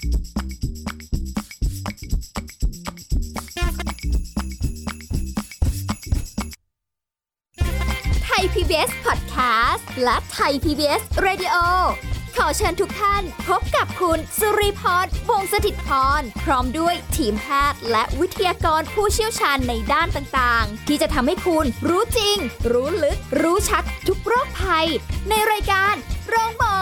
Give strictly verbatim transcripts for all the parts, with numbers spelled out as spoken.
ไทย พี บี เอส Podcast และ ไทย พี บี เอส Radio ขอเชิญทุกท่านพบกับคุณสุริพร วงศ์สถิตพรพร้อมด้วยทีมแพทย์และวิทยากรผู้เชี่ยวชาญในด้านต่างๆที่จะทำให้คุณรู้จริงรู้ลึกรู้ชัดทุกโรคภัยในรายการโรงหมอ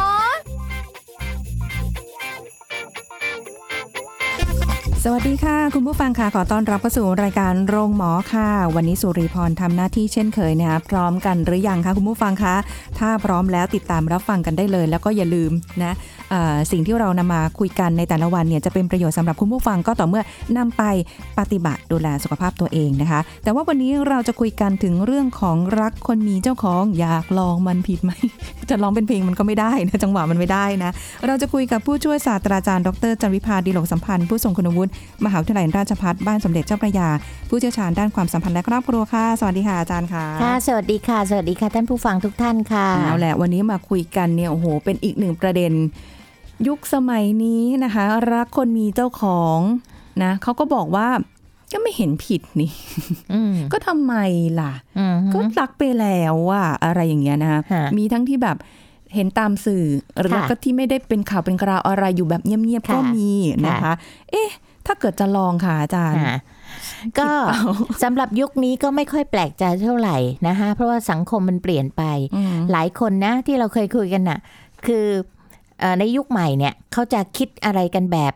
สวัสดีค่ะคุณผู้ฟังค่ะขอต้อนรับเข้าสู่รายการโรงหมอค่ะวันนี้สุริพรทำหน้าที่เช่นเคยนะคะพร้อมกันหรือยังคะคุณผู้ฟังคะถ้าพร้อมแล้วติดตามรับฟังกันได้เลยแล้วก็อย่าลืมนะสิ่งที่เรานำมาคุยกันในแต่ละวันเนี่ยจะเป็นประโยชน์สำหรับคุณผู้ฟังก็ต่อเมื่อนำไปปฏิบัติดูแลสุขภาพตัวเองนะคะแต่ว่าวันนี้เราจะคุยกันถึงเรื่องของรักคนมีเจ้าของอยากลองมันผิดไหมจะร้องเป็นเพลงมันก็ไม่ได้นะจังหวะมันไม่ได้นะเราจะคุยกับผู้ช่วยศาสตราจารย์ดร.จันวิภาดิโลกสัมพันธ์ผู้ทรงคุณวุฒิมหาวิทยาลัยราชภัฏบ้านสมเด็จเจ้าพระยาผู้เชี่ยวชาญด้านความสัมพันธ์และครอบครัวค่ะสวัสดีค่ะอาจารย์ค่ะค่ะสวัสดีค่ะสวัสดีค่ะท่านผู้ฟังทุกท่านค่ะเอาแหละวันนี้มาคุยกันเนี่ยโอ้โหเป็นอีกหนึ่งประเด็นยุคสมัยนี้นะคะรักคนมีเจ้าของนะเขาก็บอกว่าก็ไม่เห็นผิดนี่ก็ทำไมล่ะก็รักไปแล้วอะอะไรอย่างเงี้ยนะคะมีทั้งที่แบบเห็นตามสื่อหรือก็ที่ไม่ได้เป็นข่าวเป็นคราวอะไรอยู่แบบเงียบๆก็มีนะคะเอ๊ะถ้าเกิดจะลองค่ะอาจารย์ก็สำหรับยุคนี้ก็ไม่ค่อยแปลกใจเท่าไหร่นะคะเพราะว่าสังคมมันเปลี่ยนไปหลายคนนะที่เราเคยคุยกันน่ะคือในยุคใหม่เนี่ยเขาจะคิดอะไรกันแบบ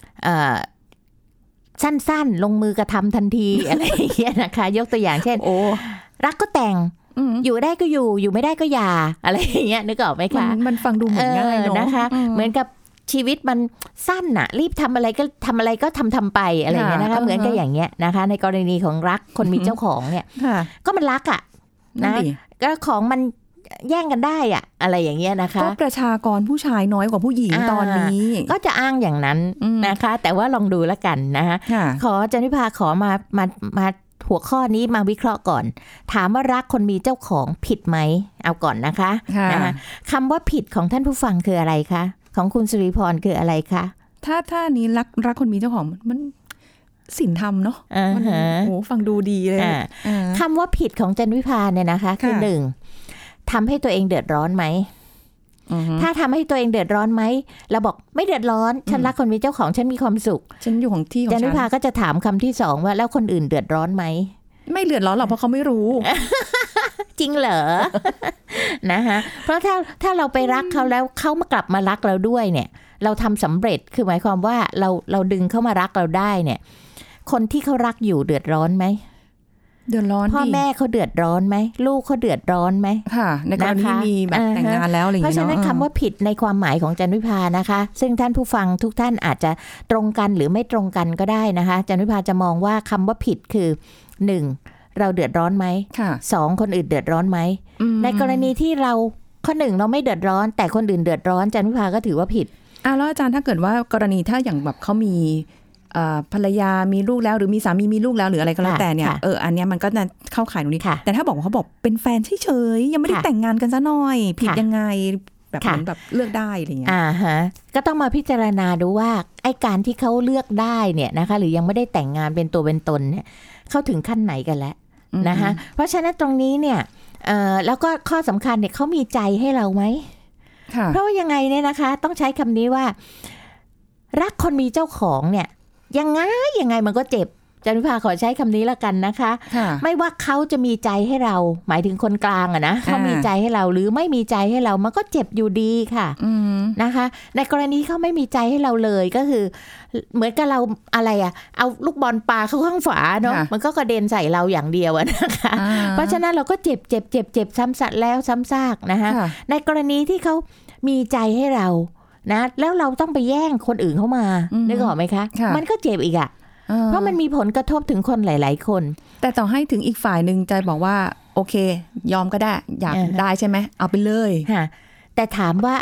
สั้นๆลงมือกระทำทันทีอะไรอย่างเงี้ยนะคะยกตัวอย่างเช่นรักก็แต่งอยู่ได้ก็อยู่อยู่ไม่ได้ก็อย่าอะไรอย่างเงี้ยนึกออกไหมคะมันฟังดูเหมือนง่ายเนาะนะคะเหมือนกับชีวิตมันสั้นน่ะรีบทำอะไรก็ทำอะไรก็ทำทำไปอะไรอย่างเงี้ยนะคะเหมือนกับอย่างเงี้ยนะคะในกรณีของรักคนมีเจ้าของเนี่ยก็มันรักอ่ะนะก็ของมันแย่งกันได้อ่ะอะไรอย่างเงี้ยนะคะก็ประชากรผู้ชายน้อยกว่าผู้หญิงตอนนี้ก็จะอ้างอย่างนั้นนะคะแต่ว่าลองดูแล้วกันนะคะขอจันวิภาขอมามามาหัวข้อนี้มาวิเคราะห์ก่อนถามว่ารักคนมีเจ้าของผิดไหมเอาก่อนนะคะนะคะคำว่าผิดของท่านผู้ฟังคืออะไรคะของคุณสุริพรคืออะไรคะถ้าถ้านี้รักรักคนมีเจ้าของมันศีลธรรมเนาะมันโอ้ฟังดูดีเลยคำว่าผิดของจันวิภาเนี่ยนะคะคือหนึ่งทำให้ตัวเองเดือดร้อนไหมถ้าทำให้ตัวเองเดือดร้อนไหมเราบอกไม่เดือดร้อนฉันรักคนมีเจ้าของฉันมีความสุขฉันอยู่ของที่ของฉันจันวิภาก็จะถามคำที่สองว่าแล้วคนอื่นเดือดร้อนไหมไม่เดือดร้อนหรอกเพราะเขาไม่รู้จริงเหรอ นะคะเพราะถ้าถ้าเราไปรักเขาแล้วเขามากลับมารักเราด้วยเนี่ยเราทำสำเร็จคือหมายความว่าเราเราดึงเขามารักเราได้เนี่ยคนที่เขารักอยู่เดือดร้อนไหมเดือดร้อนพ่อแม่เขาเดือดร้อนไหมลูกเขาเดือดร้อนไหมค่ะในกรณีมีแบบแต่งงานแล้วอะไรอย่างเงี้ยเพราะฉะนั้นคำว่าผิดในความหมายของจันวิภานะคะซึ่งท่านผู้ฟังทุกท่านอาจจะตรงกันหรือไม่ตรงกันก็ได้นะคะจันวิภาจะมองว่าคำว่าผิดคือหนึ่งเราเดือดร้อนไหมสองคนอื่นเดือดร้อนไหมในกรณีที่เราข้อหนึ่งเราไม่เดือดร้อนแต่คนอื่นเดือดร้อนจันวิภาก็ถือว่าผิดอ่ะแล้วอาจารย์ถ้าเกิดว่ากรณีถ้าอย่างแบบเขามีภรรยามีลูกแล้วหรือมีสามีมีลูกแล้วหรืออะไรก็แล้วแต่เนี่ยเอออันเนี้ยมันก็จะเข้าข่ายตรงนี้แต่ถ้าบอกว่าเขาบอกเป็นแฟนเฉยๆยังไม่ได้แต่งงานกันซะหน่อยผิดยังไงแบบเหมือนแบบเลือกได้อะไรเงี้ยอ่าฮะก็ต้องมาพิจารณาดูว่าไอ้การที่เขาเลือกได้เนี่ยนะคะหรือยังไม่ได้แต่งงานเป็นตัวเป็นตนเนี่ยเขาถึงขั้นไหนกันแล้วนะคะเพราะฉะนั้นตรงนี้เนี่ยเอ่อแล้วก็ข้อสำคัญเนี่ยเขามีใจให้เราไหมเพราะว่ายังไงเนี่ยนะคะต้องใช้คำนี้ว่ารักคนมีเจ้าของเนี่ยยังไงยังไงมันก็เจ็บจันวิภาขอใช้คำนี้ละกันนะคะไม่ว่าเขาจะมีใจให้เราหมายถึงคนกลางอะนะเขามีใจให้เราหรือไม่มีใจให้เรามันก็เจ็บอยู่ดีค่ะนะคะในกรณีเขาไม่มีใจให้เราเลยก็คือเหมือนกับเราอะไรอะเอาลูกบอลปาเข้าข้างฝาเนาะมันก็กระเด็นใส่เราอย่างเดียวนะคะเพราะฉะนั้นเราก็เจ็บเจ็บเจ็บเจ็บซ้ำซัดแล้วซ้ำซากนะคะในกรณีที่เขามีใจให้เรานะแล้วเราต้องไปแย่งคนอื่นเข้ามานึกออกไหมคะมันก็เจ็บอีกอะเพราะมันมีผลกระทบถึงคนหลายๆคนแต่ต่อให้ถึงอีกฝ่ายนึงใจบอกว่าโอเคยอมก็ได้อยากได้ใช่ไหมเอาไปเลยค่ะแต่ถามว่า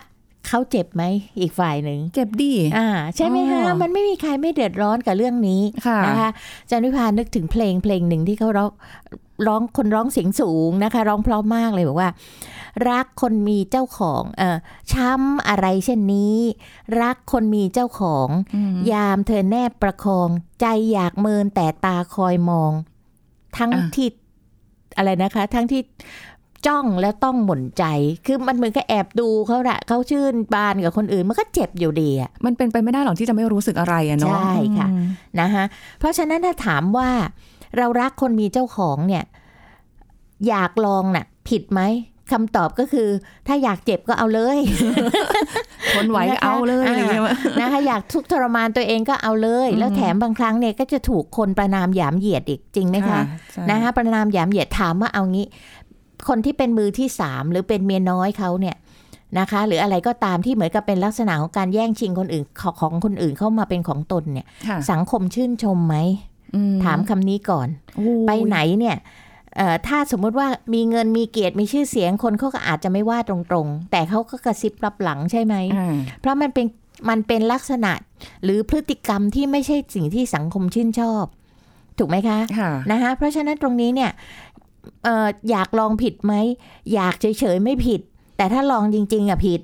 เขาเจ็บไหมอีกฝ่ายหนึ่งเจ็บดีอ่าใช่ไหมคะมันไม่มีใครไม่เดือดร้อนกับเรื่องนี้นะคะจันวิภานึกถึงเพลงเพลงหนึ่งที่เขาร้องร้องคนร้องเสียงสูงนะคะร้องเพราะมากเลยบอกว่ารักคนมีเจ้าของเอ่อช้ำอะไรเช่นนี้รักคนมีเจ้าของยามเธอแนบประคองใจอยากเมินแต่ตาคอยมองทั้งที่อะไรนะคะทั้งที่จ้องแล้วต้องหม่นใจคือมันเหมือนกับแอบดูเขาแหละเขาชื่นบานกับคนอื่นมันก็เจ็บอยู่ดีอ่ะมันเป็นไปไม่ได้หรอกที่จะไม่รู้สึกอะไรอ่ะเนาะใช่ค่ะนะคะเพราะฉะนั้นถ้าถามว่าเรารักคนมีเจ้าของเนี่ยอยากลองน่ะผิดไหมคำตอบก็คือถ้าอยากเจ็บก็เอาเลยทนไหวก็เอาเลยอะไรอย่างเงี้ยนะคะอยากทุกข์ทรมานตัวเองก็เอาเลยแล้วแถมบางครั้งเนี่ยก็จะถูกคนประนามหยามเหยียดอีกจริงไหมคะนะคะประนามหยามเหยียดถามว่าเอางี้คนที่เป็นมือที่สามหรือเป็นเมียน้อยเขาเนี่ยนะคะหรืออะไรก็ตามที่เหมือนกับเป็นลักษณะของการแย่งชิงคนอื่นของคนอื่นเข้ามาเป็นของตนเนี่ยสังคมชื่นชมไหมถามคำนี้ก่อนไปไหนเนี่ยถ้าสมมุติว่ามีเงินมีเกียรติมีชื่อเสียงคนเขาก็อาจจะไม่ว่าตรงๆแต่เขาก็กระซิบรับหลังใช่ไหมเพราะมันเป็นมันเป็นลักษณะหรือพฤติกรรมที่ไม่ใช่สิ่งที่สังคมชื่นชอบถูกไหมคะนะคะเพราะฉะนั้นตรงนี้เนี่ยเอ่ออยากลองผิดไหมอยากเฉยๆไม่ผิดแต่ถ้าลองจริงๆอ่ะผิด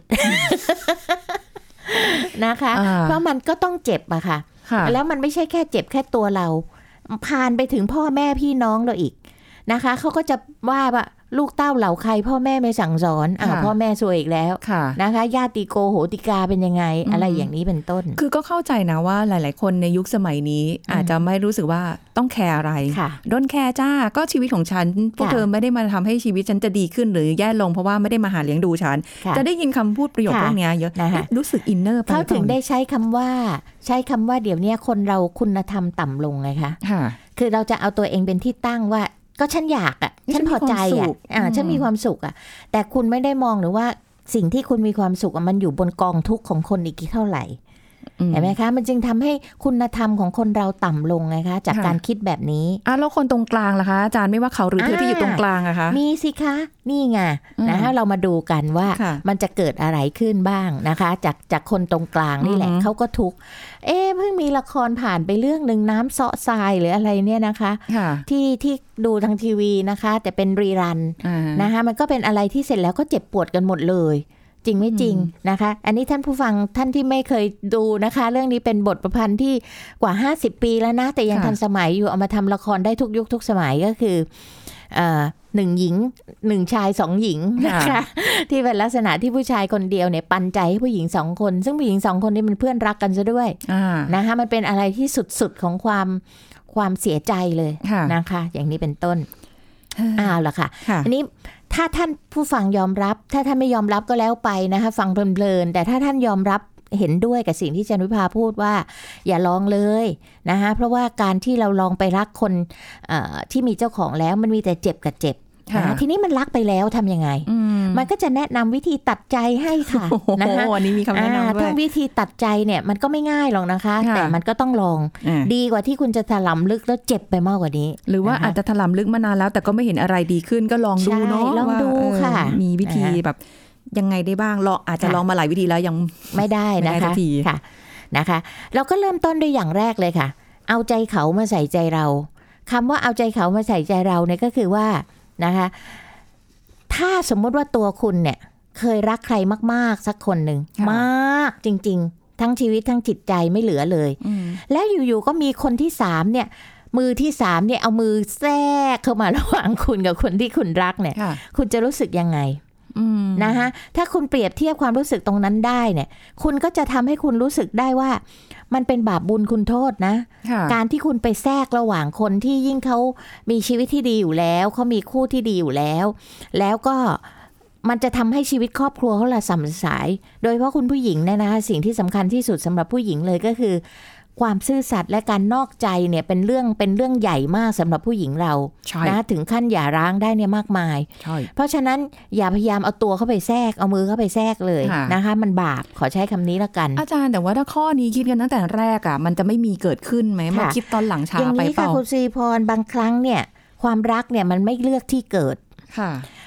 นะคะเพราะมันก็ต้องเจ็บอะค่ะแล้วมันไม่ใช่แค่เจ็บแค่ตัวเราผ่านไปถึงพ่อแม่พี่น้องเราอีกนะคะเขาก็จะว่าว่าลูกเต้าเหล่าใครพ่อแม่ไม่สั่งสอนอ่าพ่อแม่ซวยอีกแล้วนะคะญาติโกโหติกาเป็นยังไงอะไรอย่างนี้เป็นต้นคือก็เข้าใจนะว่าหลายๆคนในยุคสมัยนี้อาจจะไม่รู้สึกว่าต้องแคร์อะไรด้นแคร์จ้าก็ชีวิตของฉันพวกเธอไม่ได้มาทำให้ชีวิตฉันจะดีขึ้นหรือแย่ลงเพราะว่าไม่ได้มาหาเลี้ยงดูฉันจะได้ยินคำพูดประโยคพวกนี้เยอะรู้สึกอินเนอร์ไปเขาถึงได้ใช้คำว่าใช้คำว่าเดี๋ยวนี้คนเราคุณธรรมต่ำลงไงคะคือเราจะเอาตัวเองเป็นที่ตั้งว่าก็ฉันอยากอ่ะฉันพอใจอ่ะอ่าฉันมีความสุขอ่ะแต่คุณไม่ได้มองหรือว่าสิ่งที่คุณมีความสุขมันอยู่บนกองทุกข์ของคนอีกเท่าไหร่เห็นไหมคะมันจึงทำให้คุณธรรมของคนเราต่ำลงไงคะจากการคิดแบบนี้อ่ะแล้วคนตรงกลางล่ะคะอาจารย์ไม่ว่าเขาหรือเธอที่อยู่ตรงกลางอะคะมีสิคะนี่ไงนะคะเรามาดูกันว่ามันจะเกิดอะไรขึ้นบ้างนะคะจากจากคนตรงกลางนี่แหละเขาก็ทุกข์เอ๊ะเพิ่งมีละครผ่านไปเรื่องนึงน้ำเซาะทรายหรืออะไรเนี่ยนะคะที่ที่ดูทางทีวีนะคะแต่เป็นรีรันนะคะมันก็เป็นอะไรที่เสร็จแล้วก็เจ็บปวดกันหมดเลยจริงไม่จริงนะคะอันนี้ท่านผู้ฟังท่านที่ไม่เคยดูนะคะเรื่องนี้เป็นบทประพันธ์ที่กว่าห้าสิบปีแล้วนะแต่ยังทันสมัยอยู่เอามาทำละครได้ทุกยุคทุกสมัยก็คือหนึ่งหญิงหนึ่งชายสองหญิงนะคะที่เป็นลักษณะที่ผู้ชายคนเดียวเนี่ยปันใจให้ผู้หญิงสองคนซึ่งผู้หญิงสองคนนี้เป็นเพื่อนรักกันซะด้วยนะคะมันเป็นอะไรที่สุดๆของความความเสียใจเลยนะคะอย่างนี้เป็นต้นอ้าวล่ะค่ะอันนี้ถ้าท่านผู้ฟังยอมรับถ้าท่านไม่ยอมรับก็แล้วไปนะคะฟังเพลินๆแต่ถ้าท่านยอมรับเห็นด้วยกับสิ่งที่จันวิภาพูดว่าอย่าลองเลยนะคะเพราะว่าการที่เราลองไปรักคนที่มีเจ้าของแล้วมันมีแต่เจ็บกับเจ็บนะทีนี้มันรักไปแล้วทำยังไงมันก็จะแนะนำวิธีตัดใจให้ค่ะนะคะวันนี้มีคำแนะนำด้วยทั้งวิธีตัดใจเนี่ยมันก็ไม่ง่ายหรอกนะคะแต่มันก็ต้องลองดีกว่าที่คุณจะถลำลึกแล้วเจ็บไปมากกว่านี้หรือว่าอาจจะถลำลึกมานานแล้วแต่ก็ไม่เห็นอะไรดีขึ้นก็ลองดูเนาะลองดูค่ะมีวิธีแบบยังไงได้บ้างลองอาจจะลองมาหลายวิธีแล้วยังไม่ได้นะคะค่ะนะคะเราก็เริ่มต้นด้วยอย่างแรกเลยค่ะเอาใจเขามาใส่ใจเราคำว่าเอาใจเขามาใส่ใจเราเนี่ยก็คือว่านะคะถ้าสมมติว่าตัวคุณเนี่ยเคยรักใครมากๆสักคนหนึ่งมากจริงๆทั้งชีวิตทั้งจิตใจไม่เหลือเลยแล้วอยู่ๆก็มีคนที่สามเนี่ยมือที่สามเนี่ยเอามือแทรกเข้ามาระหว่างคุณกับคนที่คุณรักเนี่ยคุณจะรู้สึกยังไงนะคะถ้าคุณเปรียบเทียบความรู้สึกตรงนั้นได้เนี่ยคุณก็จะทำให้คุณรู้สึกได้ว่ามันเป็นบาปบุญคุณโทษนะการที่คุณไปแทรกระหว่างคนที่ยิ่งเขามีชีวิตที่ดีอยู่แล้วเขามีคู่ที่ดีอยู่แล้วแล้วก็มันจะทำให้ชีวิตครอบครัวเขาละส่ำสายโดยเฉพาะคุณผู้หญิงเนี่ยนะคะสิ่งที่สำคัญที่สุดสำหรับผู้หญิงเลยก็คือความซื่อสัตย์และการนอกใจเนี่ยเป็นเรื่องเป็นเรื่องใหญ่มากสำหรับผู้หญิงเรานะถึงขั้นหย่าร้างได้เนี่ยมากมายเพราะฉะนั้นอย่าพยายามเอาตัวเข้าไปแทรกเอามือเข้าไปแทรกเลยนะคะมันบาปขอใช้คำนี้ละกันอาจารย์แต่ว่าถ้าข้อนี้คิดกันตั้งแต่แรกอ่ะมันจะไม่มีเกิดขึ้นไหมมาคิดตอนหลังช้าไปเปล่าอย่างนี้ค่ะคุณศรีพรบางครั้งเนี่ยความรักเนี่ยมันไม่เลือกที่เกิด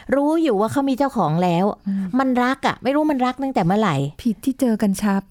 รู้อยู่ว่าเขามีเจ้าของแล้วมันรักอ่ะไม่รู้มันรักตั้งแต่เมื่อไหร่ผิดที่เจอกันช้าไป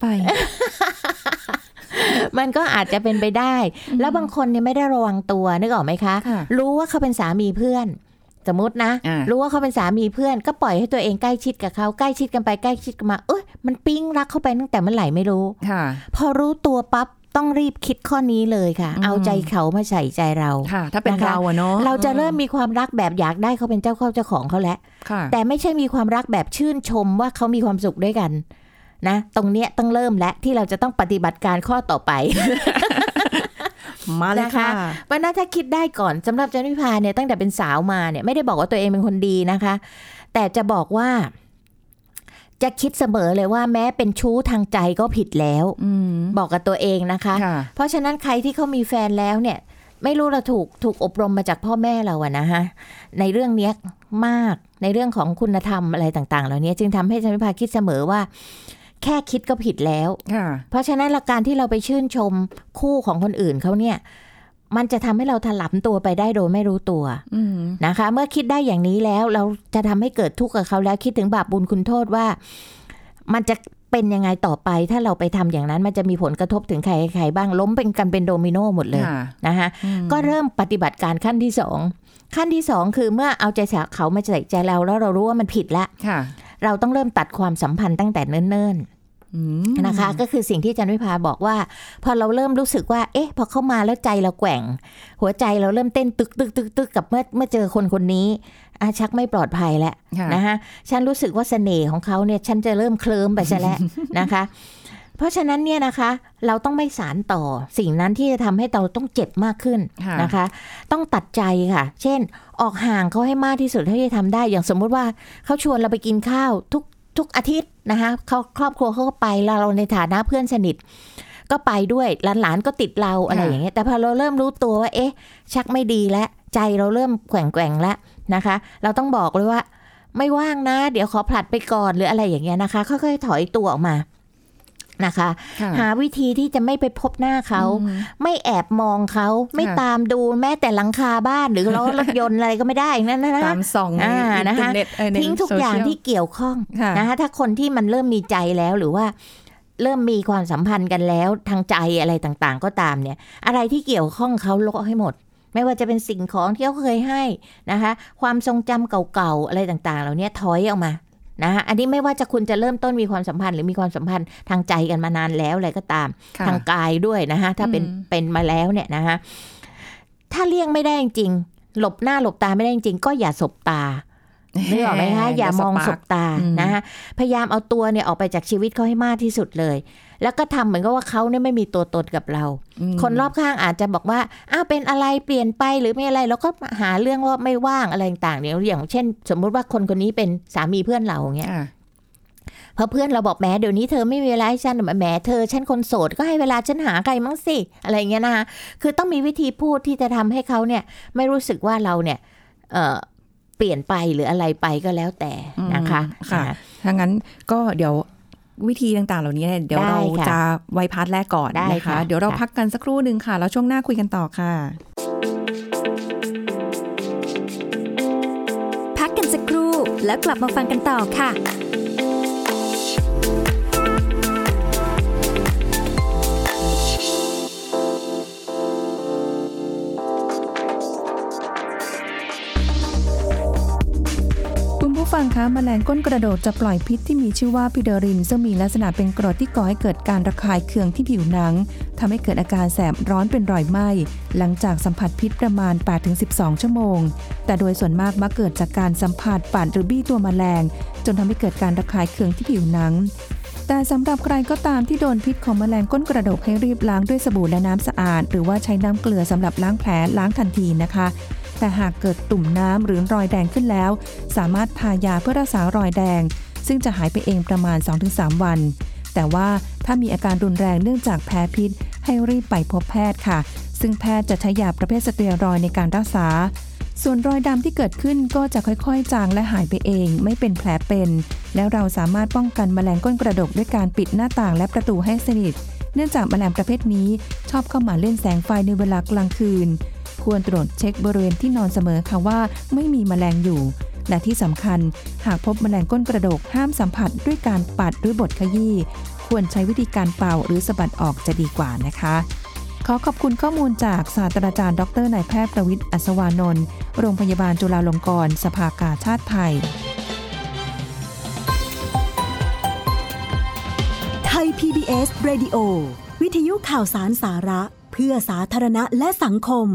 มันก็อาจจะเป็นไปได้แล้วบางคนเนี่ยไม่ได้ระวังตัวนึกออกไหมคะรู้ว่าเขาเป็นสามีเพื่อนสมมตินะรู้ว่าเขาเป็นสามีเพื่อนก็ปล่อยให้ตัวเองใกล้ชิดกับเขาใกล้ชิดกันไปใกล้ชิดกันมาเอ้ยมันปิ๊งรักเข้าไปตั้งแต่เมื่อไหร่ไม่รู้พอรู้ตัวปั๊บต้องรีบคิดข้อนี้เลยค่ะเอาใจเขามาใส่ใจเราถ้าเป็นเราอะเนาะเราจะเริ่มมีความรักแบบอยากได้เขาเป็นเจ้าเข้าเจ้าของเขาแล้วแต่ไม่ใช่มีความรักแบบชื่นชมว่าเขามีความสุขด้วยกันนะตรงเนี้ยต้องเริ่มและที่เราจะต้องปฏิบัติการข้อต่อไปมาเลยค่ะวันนั้นถ้าคิดได้ก่อนสำหรับจันวิภาเนี่ยตั้งแต่เป็นสาวมาเนี่ยไม่ได้บอกว่าตัวเองเป็นคนดีนะคะแต่จะบอกว่าจะคิดเสมอเลยว่าแม้เป็นชู้ทางใจก็ผิดแล้วบอกกับตัวเองนะคะเพราะฉะนั้นใครที่เขามีแฟนแล้วเนี่ยไม่รู้เราถูกถูกอบรมมาจากพ่อแม่เราอะนะฮะในเรื่องนี้มากในเรื่องของคุณธรรมอะไรต่างๆเหล่านี้จึงทำให้จันวิภาคิดเสมอว่าแค่คิดก็ผิดแล้วเพราะฉะนั้นการที่เราไปชื่นชมคู่ของคนอื่นเขาเนี่ยมันจะทำให้เราถลำตัวไปได้โดยไม่รู้ตัวนะคะเมื่อคิดได้อย่างนี้แล้วเราจะทำให้เกิดทุกข์กับเขาแล้วคิดถึงบาปบุญคุณโทษว่ามันจะเป็นยังไงต่อไปถ้าเราไปทำอย่างนั้นมันจะมีผลกระทบถึงใครใครบ้างล้มเป็นกันเป็นโดมิโนหมดเลยนะคะก็เริ่มปฏิบัติการขั้นที่สองขั้นที่สองคือเมื่อเอาใจเขามาใส่ใจเราแล้วเรารู้ว่ามันผิดแล้วเราต้องเริ่มตัดความสัมพันธ์ตั้งแต่เนิ่นๆนะคะก็คือสิ่งที่จันวิภาบอกว่าพอเราเริ่มรู้สึกว่าเอ๊ะพอเข้ามาแล้วใจเราแกว่งหัวใจเราเริ่มเต้นตึกตึกตึกตึกกับเมื่อเมื่อเจอคนคนนี้อาชักไม่ปลอดภัยแล้วนะคะฉันรู้สึกว่าเสน่ห์ของเขาเนี่ยฉันจะเริ่มเคลิ้มไปซะแล้วนะคะเพราะฉะนั้นเนี่ยนะคะเราต้องไม่สานต่อสิ่งนั้นที่จะทำให้เราต้องเจ็บมากขึ้นนะคะต้องตัดใจค่ะเช่นออกห่างเขาให้มากที่สุดเท่าที่ทำได้อย่างสมมุติว่าเขาชวนเราไปกินข้าวทุกทุกอาทิตย์นะคะเขาครอบครัวเขาก็ไปแล้วเราในฐานะเพื่อนสนิทก็ไปด้วยหลานๆก็ติดเราอะไรอย่างเงี้ยแต่พอเราเริ่มรู้ตัวว่าเอ๊ะชักไม่ดีแล้วใจเราเริ่มแกว่งๆแล้วนะคะเราต้องบอกเลยว่าไม่ว่างนะเดี๋ยวขอผลัดไปก่อนหรืออะไรอย่างเงี้ยนะคะค่อยๆถอยตัวออกมานะคะหาวิธีที่จะไม่ไปพบหน้าเขาไม่แอบมองเขาไม่ตามดูแม้แต่หลังคาบ้านหรือล้อรถยนต์อะไรก็ไม่ได้นั่นนะตามส่องในอินเทอร์เน็ตทิ้งทุกอย่างที่เกี่ยวข้องนะคะถ้าคนที่มันเริ่มมีใจแล้วหรือว่าเริ่มมีความสัมพันธ์กันแล้วทางใจอะไรต่างๆก็ตามเนี่ยอะไรที่เกี่ยวข้องเขาลบให้หมดไม่ว่าจะเป็นสิ่งของที่เขาเคยให้นะคะความทรงจำเก่าๆอะไรต่างๆเหล่านี้ถอยออกมานะอันนี้ไม่ว่าจะคุณจะเริ่มต้นมีความสัมพันธ์หรือมีความสัมพันธ์ทางใจกันมานานแล้วอะไรก็ตามทางกายด้วยนะคะถ้าเป็นเป็นมาแล้วเนี่ยนะคะถ้าเลี่ยงไม่ได้จริงหลบหน้าหลบตาไม่ได้จริงก็อย่าสบตานึกออกไหมคะอย่ามองสบตานะคะพยายามเอาตัวเนี่ยออกไปจากชีวิตเขาให้มากที่สุดเลยแล้วก็ทำเหมือนกับว่าเขาเนี่ยไม่มีตัวตนกับเราคนรอบข้างอาจจะบอกว่าอ้าวเป็นอะไรเปลี่ยนไปหรือไม่อะไรแล้วก็หาเรื่องว่าไม่ว่างอะไรต่างๆเนี่ยอย่างเช่นสมมุติว่าคนคนนี้เป็นสามีเพื่อนเราอย่างเงี้ยพอเพื่อนเราบอกแหมเดี๋ยวนี้เธอไม่มีเวลาให้ฉันแหมเธอฉันคนโสดก็ให้เวลาฉันหาใครมั้งสิอะไรเงี้ยนะคะคือต้องมีวิธีพูดที่จะทำให้เขาเนี่ยไม่รู้สึกว่าเราเนี่ยเอ่อเปลี่ยนไปหรืออะไรไปก็แล้วแต่นะคะค่ะถ้างั้นก็เดี๋ยววิธีต่างๆเหล่านี้เดี๋ยวเราจะไว้พาร์ทแรกก่อนนะคะเดี๋ยวเราพักกันสักครู่นึงค่ะแล้วช่วงหน้าคุยกันต่อค่ะพักกันสักครู่แล้วกลับมาฟังกันต่อค่ะฟังคะแมลงก้นกระโดดจะปล่อยพิษที่มีชื่อว่าพิเดรินซึ่งมีลักษณะเป็นกรดที่ก่อให้เกิดการระคายเคืองที่ผิวหนังทำให้เกิดอาการแสบร้อนเป็นรอยไหม้หลังจากสัมผัสพิษประมาณ แปดถึงสิบสอง ชั่วโมงแต่โดยส่วนมากมักเกิดจากการสัมผัสปาดหรือบี้ตัวแมลงจนทำให้เกิดการระคายเคืองที่ผิวหนังแต่สำหรับใครก็ตามที่โดนพิษของแมลงก้นกระโดดให้รีบล้างด้วยสบู่และน้ำสะอาดหรือว่าใช้น้ำเกลือสำหรับล้างแผลล้างทันทีนะคะแต่หากเกิดตุ่มน้ำหรือรอยแดงขึ้นแล้วสามารถทายาเพื่อรักษารอยแดงซึ่งจะหายไปเองประมาณ สองถึงสาม วันแต่ว่าถ้ามีอาการรุนแรงเนื่องจากแพ้พิษให้รีบไปพบแพทย์ค่ะซึ่งแพทย์จะใช้ยาประเภทสเตียรอยด์ในการรักษาส่วนรอยดำที่เกิดขึ้นก็จะค่อยๆจางและหายไปเองไม่เป็นแผลเป็นแล้วเราสามารถป้องกันแมลงก้นกระดกด้วยการปิดหน้าต่างและประตูให้สนิทเนื่องจากแมลงประเภทนี้ชอบเข้ามาเล่นแสงไฟในเวลากลางคืนคควรตรวจเช็คบริเวณที่นอนเสมอค่ะว่าไม่มีแมลงอยู่และที่สำคัญหากพบแมลงก้นกระดกห้ามสัมผัสด้วยการปัดหรือบดขยี้ควรใช้วิธีการเป่าหรือสะบัดออกจะดีกว่านะคะขอขอบคุณข้อมูลจากศาสตราจารย์ดรนายแพทย์ประวิตรอัศวานนท์โรงพยาบาลจุฬาลงกรณ์สภากาชาดไทยไทย พี บี เอส Radio วิทยุข่าวสารสาระเพื่อสาธารณะและสังคม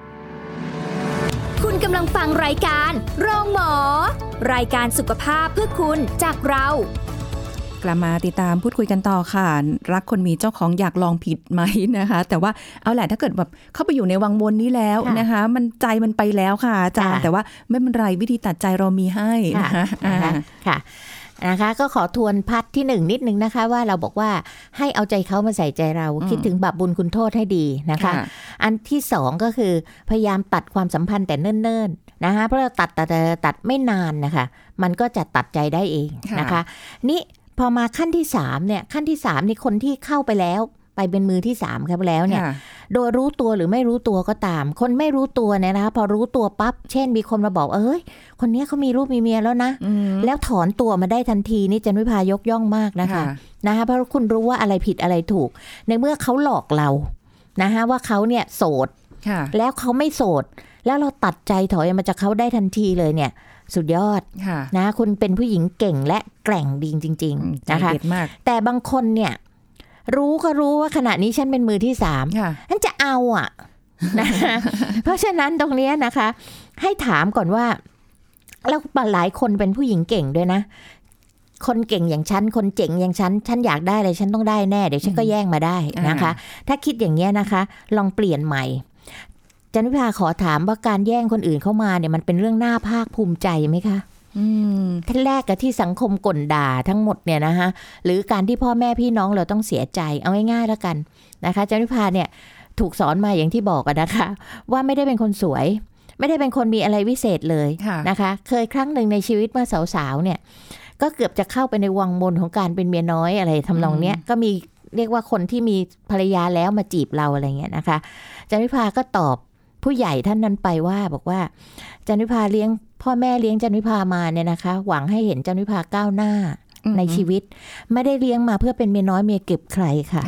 คุณกำลังฟังรายการโรงหมอรายการสุขภาพเพื่อคุณจากเรากลับมาติดตามพูดคุยกันต่อค่ะรักคนมีเจ้าของอยากลองผิดไหมนะคะแต่ว่าเอาแหละถ้าเกิดแบบเข้าไปอยู่ในวังวนนี้แล้วนะคะมันใจมันไปแล้วค่ะอาจารย์แต่ว่าไม่เป็นไรวิธีตัดใจเรามีให้นะคะค่ะนะคะก็ขอทวนพัดที่หนึ่งนิดนึงนะคะว่าเราบอกว่าให้เอาใจเขามาใส่ใจเราคิดถึงบาปบุญคุณโทษให้ดีนะคะอันที่สองก็คือพยายามตัดความสัมพันธ์แต่เนิ่นๆนะคะเพราะเราตัดตัดตัดไม่นานนะคะมันก็จะตัดใจได้เองนะคะนี่พอมาขั้นที่สามเนี่ยขั้นที่สามนี่คนที่เข้าไปแล้วไปเป็นมือที่สามครับแล้วเนี่ยโดยรู้ตัวหรือไม่รู้ตัวก็ตามคนไม่รู้ตัวเนี่ยนะคะพอรู้ตัวปั๊บเช่นมีคนมาบอกเอ้ยคนนี้เขามีลูกมีเมียแล้วนะแล้วถอนตัวมาได้ทันทีนี่จันวิภายกย่องมากนะคะนะคะเพราะคุณรู้ว่าอะไรผิดอะไรถูกในเมื่อเขาหลอกเรานะคะว่าเขาเนี่ยโสดแล้วเขาไม่โสดแล้วเราตัดใจถอยมาจากเขาได้ทันทีเลยเนี่ยสุดยอดนะคุณเป็นผู้หญิงเก่งและแกร่งดีจริงๆนะคะแต่บางคนเนี่ยรู้ก็รู้ว่าขณะนี้ฉันเป็นมือที่สามฉันจะเอาอ่ะนะเพราะฉะนั้นตรงนี้นะคะให้ถามก่อนว่าแล้วหลายคนเป็นผู้หญิงเก่งด้วยนะคนเก่งอย่างฉันคนเจ๋งอย่างฉันฉันอยากได้เลยฉันต้องได้แน่เดี๋ยวฉันก็แย่งมาได้นะคะถ้าคิดอย่างนี้นะคะลองเปลี่ยนใหม่จันวิภาขอถามว่าการแย่งคนอื่นเข้ามาเนี่ยมันเป็นเรื่องน่าภาคภูมิใจไหมคะท่านแรกกับที่สังคมก่นด่าทั้งหมดเนี่ยนะคะหรือการที่พ่อแม่พี่น้องเราต้องเสียใจเอาง่ายๆแล้วกันนะคะจันวิภาเนี่ยถูกสอนมาอย่างที่บอกกันนะคะว่าไม่ได้เป็นคนสวยไม่ได้เป็นคนมีอะไรวิเศษเลยนะคะเคยครั้งหนึ่งในชีวิตเมื่อสาวๆเนี่ยก็เกือบจะเข้าไปในวังวนของการเป็นเมียน้อยอะไรทำนองเนี้ยก็มีเรียกว่าคนที่มีภรรยาแล้วมาจีบเราอะไรเงี้ยนะคะจันวิภาก็ตอบผู้ใหญ่ท่านนั้นไปว่าบอกว่าจันวิภาเลี้ยงพ่อแม่เลี้ยงจันวิภามาเนี่ยนะคะหวังให้เห็นจันวิภาก้าวหน้าในชีวิตไม่ได้เลี้ยงมาเพื่อเป็นเมียน้อยเมียเก็บใครค่ะ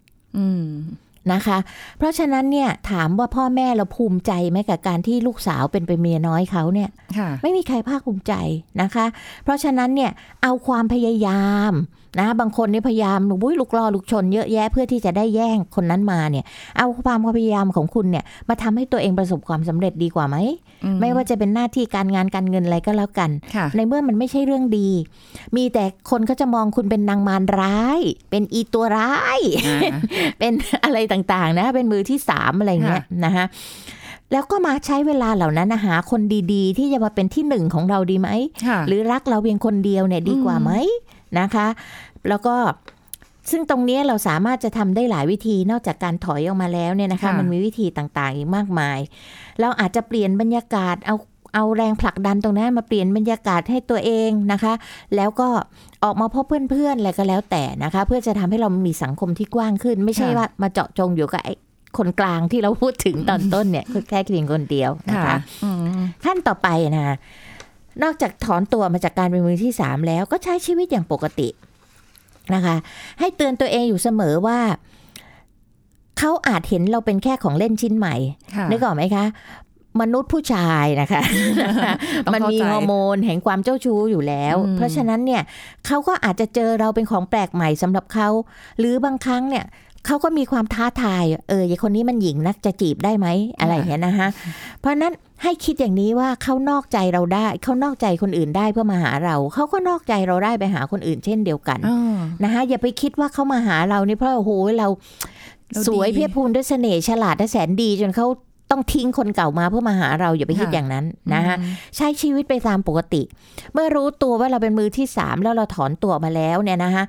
นะคะเพราะฉะนั้นเนี่ยถามว่าพ่อแม่เราภูมิใจไหมกับการที่ลูกสาวเป็นเป็นเมียน้อยเขาเนี่ยไม่มีใครภาคภูมิใจนะคะเพราะฉะนั้นเนี่ยเอาความพยายามนะบางคนนี่พยายามบุ้ยลูกล่อลูกชนเยอะแยะเพื่อที่จะได้แย่งคนนั้นมาเนี่ยเอาความพยายามของคุณเนี่ยมาทำให้ตัวเองประสบความสำเร็จดีกว่าไหมไม่ว่าจะเป็นหน้าที่การงานการเงินอะไรก็แล้วกันในเมื่อมันไม่ใช่เรื่องดีมีแต่คนเขาจะมองคุณเป็นนางมารร้ายเป็นอีตัวร้าย เป็นอะไรต่างๆนะเป็นมือที่สามอะไรเงี้ยนะคะแล้วก็มาใช้เวลาเหล่านั้นหาคนดีๆที่จะมาเป็นที่หนึ่งของเราดีไหมหรือรักเราเพียงคนเดียวเนี่ยดีกว่าไหมนะคะแล้วก็ซึ่งตรงนี้เราสามารถจะทำได้หลายวิธีนอกจากการถอยออกมาแล้วเนี่ยนะคะมันมีวิธีต่างๆอีกมากมายเราอาจจะเปลี่ยนบรรยากาศเอาเอาแรงผลักดันตรงนั้นมาเปลี่ยนบรรยากาศให้ตัวเองนะคะแล้วก็ออกมาพบเพื่อนๆอะไรก็แล้วแต่นะคะเพื่อจะทำให้เรามีสังคมที่กว้างขึ้นไม่ใช่ว่ามาเจาะจงอยู่กับไอ้คนกลางที่เราพูดถึงตอนต้นเนี่ยแค่เพียงคนเดียวนะคะขั้นต่อไปนะนอกจากถอนตัวมาจากการเป็นมือที่สามแล้วก็ใช้ชีวิตอย่างปกตินะคะให้เตือนตัวเองอยู่เสมอว่าเขาอาจเห็นเราเป็นแค่ของเล่นชิ้นใหม่นึกออกไหมคะมนุษย์ผู้ชายนะคะ มันมีฮอร์โมนแห่งความเจ้าชู้อยู่แล้วเพราะฉะนั้นเนี่ยเขาก็อาจจะเจอเราเป็นของแปลกใหม่สำหรับเขาหรือบางครั้งเนี่ยเขาก็มีความท้าทายเอออย่างคนนี้มันหญิงนักจะจีบได้ไหมอะไรอย่างเงี้ยนะคะเพราะนั้นให้คิดอย่างนี้ว่าเขานอกใจเราได้เขานอกใจคนอื่นได้เพื่อมาหาเราเขาก็นอกใจเราได้ไปหาคนอื่นเช่นเดียวกันนะคะอย่าไปคิดว่าเขามาหาเรานี่เพราะโอ้โหเราสวยเพียบพูนด้วยเสน่ห์ฉลาดและแสนดีจนเขาต้องทิ้งคนเก่ามาเพื่อมาหาเราอย่าไปคิดอย่างนั้นนะคะใช้ชีวิตไปตามปกติเมื่อรู้ตัวว่าเราเป็นมือที่สามแล้วเราถอนตัวมาแล้วเนี่ยนะคะ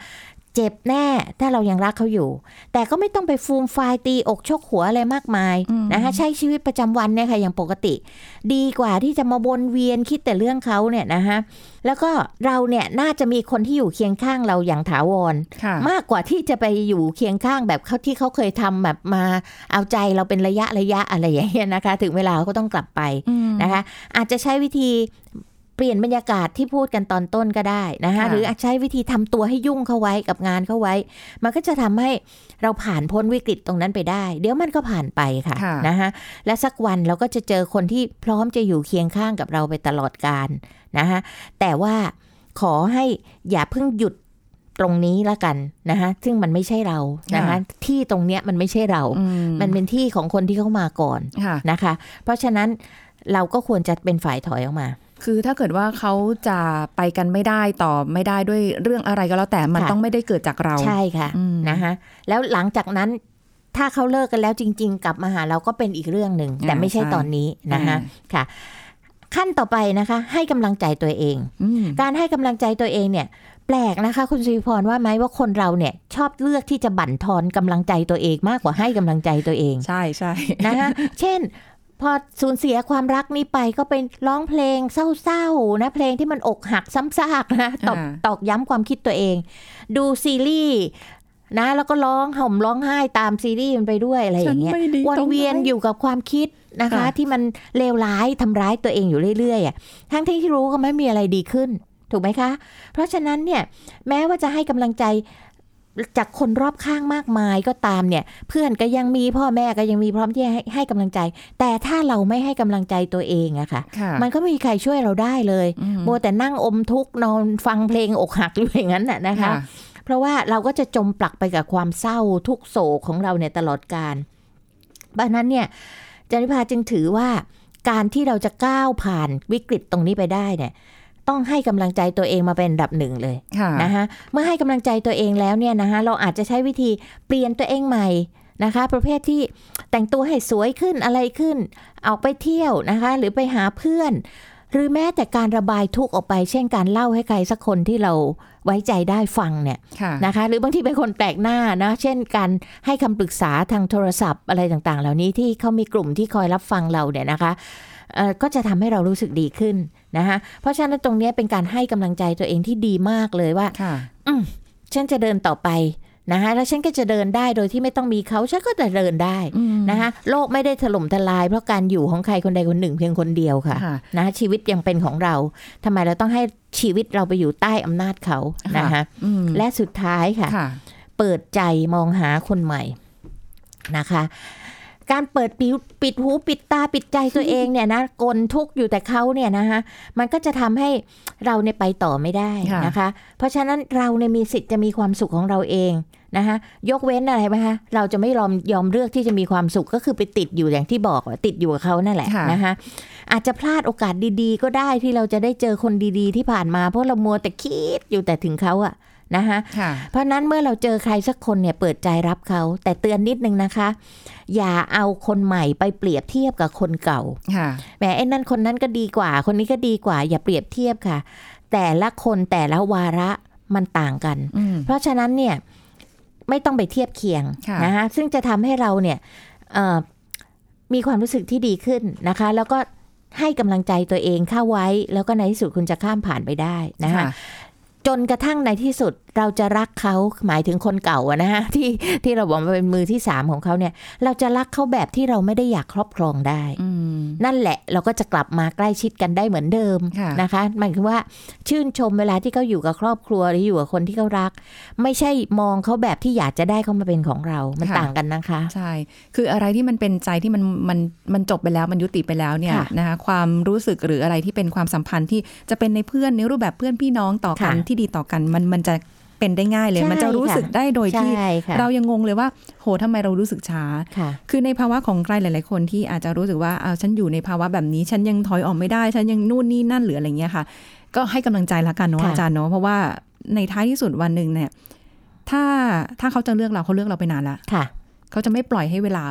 เจ็บแน่ถ้าเรายังรักเขาอยู่แต่ก็ไม่ต้องไปฟูมฟายตีอกชกหัวอะไรมากมายนะคะใช้ชีวิตประจำวันเนี่ยค่ะอย่างปกติดีกว่าที่จะมาวนเวียนคิดแต่เรื่องเขาเนี่ยนะคะแล้วก็เราเนี่ยน่าจะมีคนที่อยู่เคียงข้างเราอย่างถาวรมากกว่าที่จะไปอยู่เคียงข้างแบบเขาที่เขาเคยทำแบบมาเอาใจเราเป็นระยะระยะอะไรอย่างเงี้ยนะคะถึงเวลาเขาก็ต้องกลับไปนะคะอาจจะใช้วิธีเปลี่ยนบรรยากาศที่พูดกันตอนต้นก็ได้นะคะหรืออาจใช้วิธีทำตัวให้ยุ่งเข้าไว้กับงานเข้าไว้มันก็จะทำให้เราผ่านพ้นวิกฤตตรงนั้นไปได้เดี๋ยวมันก็ผ่านไปค่ะนะคะและสักวันเราก็จะเจอคนที่พร้อมจะอยู่เคียงข้างกับเราไปตลอดกาลนะคะแต่ว่าขอให้อย่าเพิ่งหยุดตรงนี้ละกันนะคะซึ่งมันไม่ใช่เรานะคะที่ตรงเนี้ยมันไม่ใช่เรามันเป็นที่ของคนที่เข้ามาก่อนนะคะเพราะฉะนั้นเราก็ควรจะเป็นฝ่ายถอยออกมาคือถ้าเกิดว่าเขาจะไปกันไม่ได้ต่อไม่ได้ด้วยเรื่องอะไรก็แล้วแต่มันต้องไม่ได้เกิดจากเราใช่ค่ะนะคะแล้วหลังจากนั้นถ้าเขาเลิกกันแล้วจริงๆกลับมาหาเราก็เป็นอีกเรื่องหนึ่งแต่ไม่ใช่ตอนนี้นะคะค่ะขั้นต่อไปนะคะให้กำลังใจตัวเองการให้กำลังใจตัวเองเนี่ยแปลกนะคะคุณศิริพรว่าไหมว่าคนเราเนี่ยชอบเลือกที่จะบั่นทอนกำลังใจตัวเองมากกว่าให้กำลังใจตัวเองใช่ใช่นะคะเช่นพอสูญเสียความรักนี้ไปก็ไปร้องเพลงเศร้าๆนะเพลงที่มันอกหักซ้ำซากนะตอกตอกย้ำความคิดตัวเองดูซีรีส์นะแล้วก็ร้องห่มร้องไห้ตามซีรีส์มันไปด้วยอะไรอย่างเงี้ยวนเวียนอยู่กับความคิดนะคะที่มันเลวร้ายทำร้ายตัวเองอยู่เรื่อยๆอ่ะทั้งที่รู้ก็ไม่มีอะไรดีขึ้นถูกไหมคะเพราะฉะนั้นเนี่ยแม้ว่าจะให้กำลังใจจากคนรอบข้างมากมายก็ตามเนี่ยเพื่อนก็ยังมีพ่อแม่ก็ยังมีพร้อมที่ให้ให้กำลังใจแต่ถ้าเราไม่ให้กำลังใจตัวเองอะค่ะมันก็ไม่มีใครช่วยเราได้เลยมัวแต่นั่งอมทุกข์นอนฟังเพลงอกหักอยู่อย่างนั้นน่ะนะคะเพราะว่าเราก็จะจมปลักไปกับความเศร้าทุกโศกของเราเนี่ยตลอดกาลดังนั้นเนี่ยจาริภาจึงถือว่าการที่เราจะก้าวผ่านวิกฤตตรงนี้ไปได้เนี่ยต้องให้กำลังใจตัวเองมาเป็นอันดับหนึ่งเลยนะคะเมื่อให้กำลังใจตัวเองแล้วเนี่ยนะคะเราอาจจะใช้วิธีเปลี่ยนตัวเองใหม่นะคะประเภทที่แต่งตัวให้สวยขึ้นอะไรขึ้นออกไปเที่ยวนะคะหรือไปหาเพื่อนหรือแม้แต่การระบายทุกข์ออกไปเช่นการเล่าให้ใครสักคนที่เราไว้ใจได้ฟังเนี่ยนะคะหรือบางทีเป็นคนแปลกหน้านะเช่นการให้คำปรึกษาทางโทรศัพท์อะไรต่างๆเหล่านี้ที่เขามีกลุ่มที่คอยรับฟังเราเนี่ยนะคะก็จะทำให้เรารู้สึกดีขึ้นนะคะเพราะฉะนั้นตรงนี้เป็นการให้กำลังใจตัวเองที่ดีมากเลยว่าฉันจะเดินต่อไปนะคะแล้วฉันก็จะเดินได้โดยที่ไม่ต้องมีเขาฉันก็จะเดินได้นะคะโลกไม่ได้ถล่มทลายเพราะการอยู่ของใครคนใดคนหนึ่งเพียงคนเดียวค่ะนะชีวิตยังเป็นของเราทำไมเราต้องให้ชีวิตเราไปอยู่ใต้อำนาจเขานะคะและสุดท้ายค่ะเปิดใจมองหาคนใหม่นะคะการเปิดปิดหูปิดตาปิดใจตัวเองเนี่ยนะกลทุกอยู่แต่เขาเนี่ยนะคะมันก็จะทำให้เราเนี่ยไปต่อไม่ได้นะคะเพราะฉะนั้นเราเนี่ยมีสิทธิ์จะมีความสุขของเราเองนะคะยกเว้นอะไรไหมคะเราจะไม่ยอมยอมเลือกที่จะมีความสุขก็คือไปติดอยู่อย่างที่บอกว่าติดอยู่กับเขานั่นแหละนะคะอาจจะพลาดโอกาสดีๆก็ได้ที่เราจะได้เจอคนดีๆที่ผ่านมาเพราะเรามัวแต่คิดอยู่แต่ถึงเขาอะนะคะเพราะนั้นเมื่อเราเจอใครสักคนเนี่ยเปิดใจรับเขาแต่เตือนนิดนึงนะคะอย่าเอาคนใหม่ไปเปรียบเทียบกับคนเก่าแหมไอ้นั่นคนนั้นก็ดีกว่าคนนี้ก็ดีกว่าอย่าเปรียบเทียบค่ะแต่ละคนแต่ละวาระมันต่างกันเพราะฉะนั้นเนี่ยไม่ต้องไปเทียบเคียงนะคะซึ่งจะทำให้เราเนี่ยมีความรู้สึกที่ดีขึ้นนะคะแล้วก็ให้กำลังใจตัวเองเข้าไว้แล้วก็ในที่สุดคุณจะข้ามผ่านไปได้นะคะจนกระทั่งในที่สุดเราจะรักเขาหมายถึงคนเก่าอะนะฮะที่ที่เราบอกว่าเป็นมือที่สามของเขาเนี่ยเราจะรักเขาแบบที่เราไม่ได้อยากครอบครองได้นั่นแหละเราก็จะกลับมาใกล้ชิดกันได้เหมือนเดิมนะคะหมายถึงว่าชื่นชมเวลาที่เขาอยู่กับครอบครัวหรืออยู่กับคนที่เขารักไม่ใช่มองเขาแบบที่อยากจะได้เขามาเป็นของเรามันต่างกันนะคะใช่คืออะไรที่มันเป็นใจที่มันมันมันจบไปแล้วมันยุติไปแล้วเนี่ยนะคะความรู้สึกหรืออะไรที่เป็นความสัมพันธ์ที่จะเป็นในเพื่อนในรูปแบบเพื่อนพี่น้องต่อกันที่ดีต่อกันมันมันจะเป็นได้ง่ายเลยมันจะรู้สึกได้โดยที่เรายังงงเลยว่าโหทำไมเรารู้สึกช้าคือในภาวะของใครหลายๆคนที่อาจจะรู้สึกว่าอ้าวฉันอยู่ในภาวะแบบนี้ฉันยังถอยออกไม่ได้ฉันยังนู่นนี่นั่นหรืออะไรเงี้ยค่ะก็ให้กำลังใจละกันเนาะอาจารย์เนาะเพราะว่าในท้ายที่สุดวันนึงเนี่ยถ้าถ้าเขาจะเลือกเราเขาเลือกเราไปนานแล้วเขาจะไม่ปล่อยให้เวลา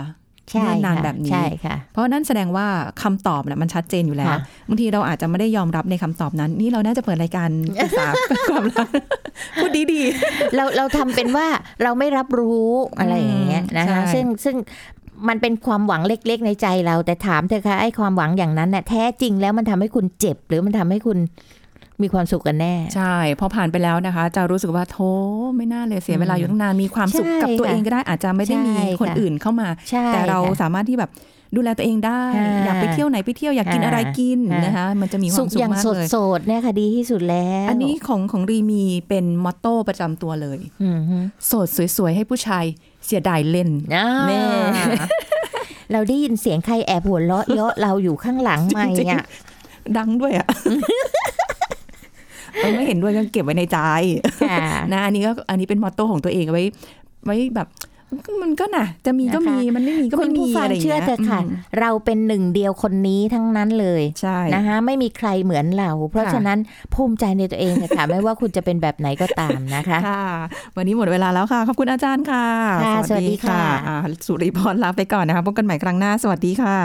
ใช่เนิ่นนานแบบนี้ใช่ค่ะเพราะนั่นแสดงว่าคำตอบเนี่ยมันชัดเจนอยู่แล้วบางทีเราอาจจะไม่ได้ยอมรับในคำตอบนั้นนี่เราน่าจะเปิดรายการปรึกษาความรักพูดดีๆเราเราทำเป็นว่าเราไม่รับรู้อะไรอย่างเงี้ยนะคะซึ่งซึ่งมันเป็นความหวังเล็กๆในใจเราแต่ถามเธอคะไอ้ความหวังอย่างนั้นน่ะแท้จริงแล้วมันทำให้คุณเจ็บหรือมันทำให้คุณมีความสุขกันแน่ใช่พอผ่านไปแล้วนะคะจะรู้สึกว่าโธ่ไม่น่าเลยเสียเวลาอยู่ตั้งนานมีความสุขกับตัวเองก็ได้อาจจะไม่ได้มีคนอื่นเข้ามาแต่เราสามารถที่แบบดูแลตัวเองได้อยากไปเที่ยวไหนไปเที่ยวอยากกินอะไรกินนะคะมันจะมีความสุขมากเลยโสดๆเนี่ยค่ะดีที่สุดแล้วอันนี้ของของรีมีเป็นมอตโต้ประจำตัวเลยโสดสวยๆให้ผู้ชายเสียดายเล่นแม่เราได้ยินเสียงใครแอบหัวเราะเยาะเราอยู่ข้างหลังไมค์อ่ะดังด้วยอ่ะไม่เห็นด้วยก็เก็บไว้ในใจนะอันนี้ก็อันนี้เป็นมอตโต้ของตัวเองไว้ไว้แบบมันก็น่ะจะมีก็มีมันไม่มีก็ไม่มีอะไรอย่างเงี้ยคุณผู้ฟังเชื่อเถอะค่ะเราเป็นหนึ่งเดียวคนนี้ทั้งนั้นเลยใช่นะคะไม่มีใครเหมือนเราเพราะฉะนั้นภูมิใจในตัวเองค่ะไม่ว่าคุณจะเป็นแบบไหนก็ตามนะคะค่ะวันนี้หมดเวลาแล้วค่ะขอบคุณอาจารย์ค่ะสวัสดีค่ะสุริพรลาไปก่อนนะคะพบกันใหม่ครั้งหน้าสวัสดีค่ะ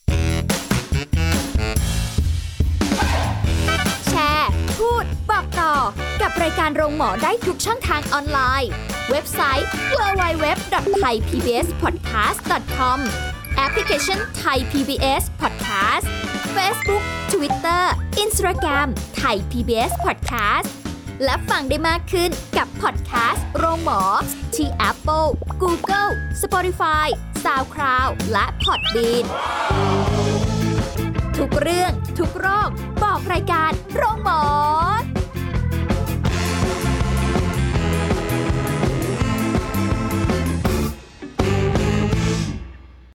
แชร์พูดบอกต่อกับรายการโรงหมอได้ทุกช่องทางออนไลน์เว็บไซต์ ดับเบิลยู ดับเบิลยู ดับเบิลยู ดอท ไทย พี บี เอส พอดแคสต์ ดอท คอม แอปพลิเคชัน Thai พี บี เอส Podcast Facebook Twitter Instagram Thai พี บี เอส Podcast และฟังได้มากขึ้นกับพอดแคสต์โรงหมอที่ Apple, Google, Spotify, SoundCloud และ Podbean ทุกเรื่องทุกโรคบอกรายการโรงหมอ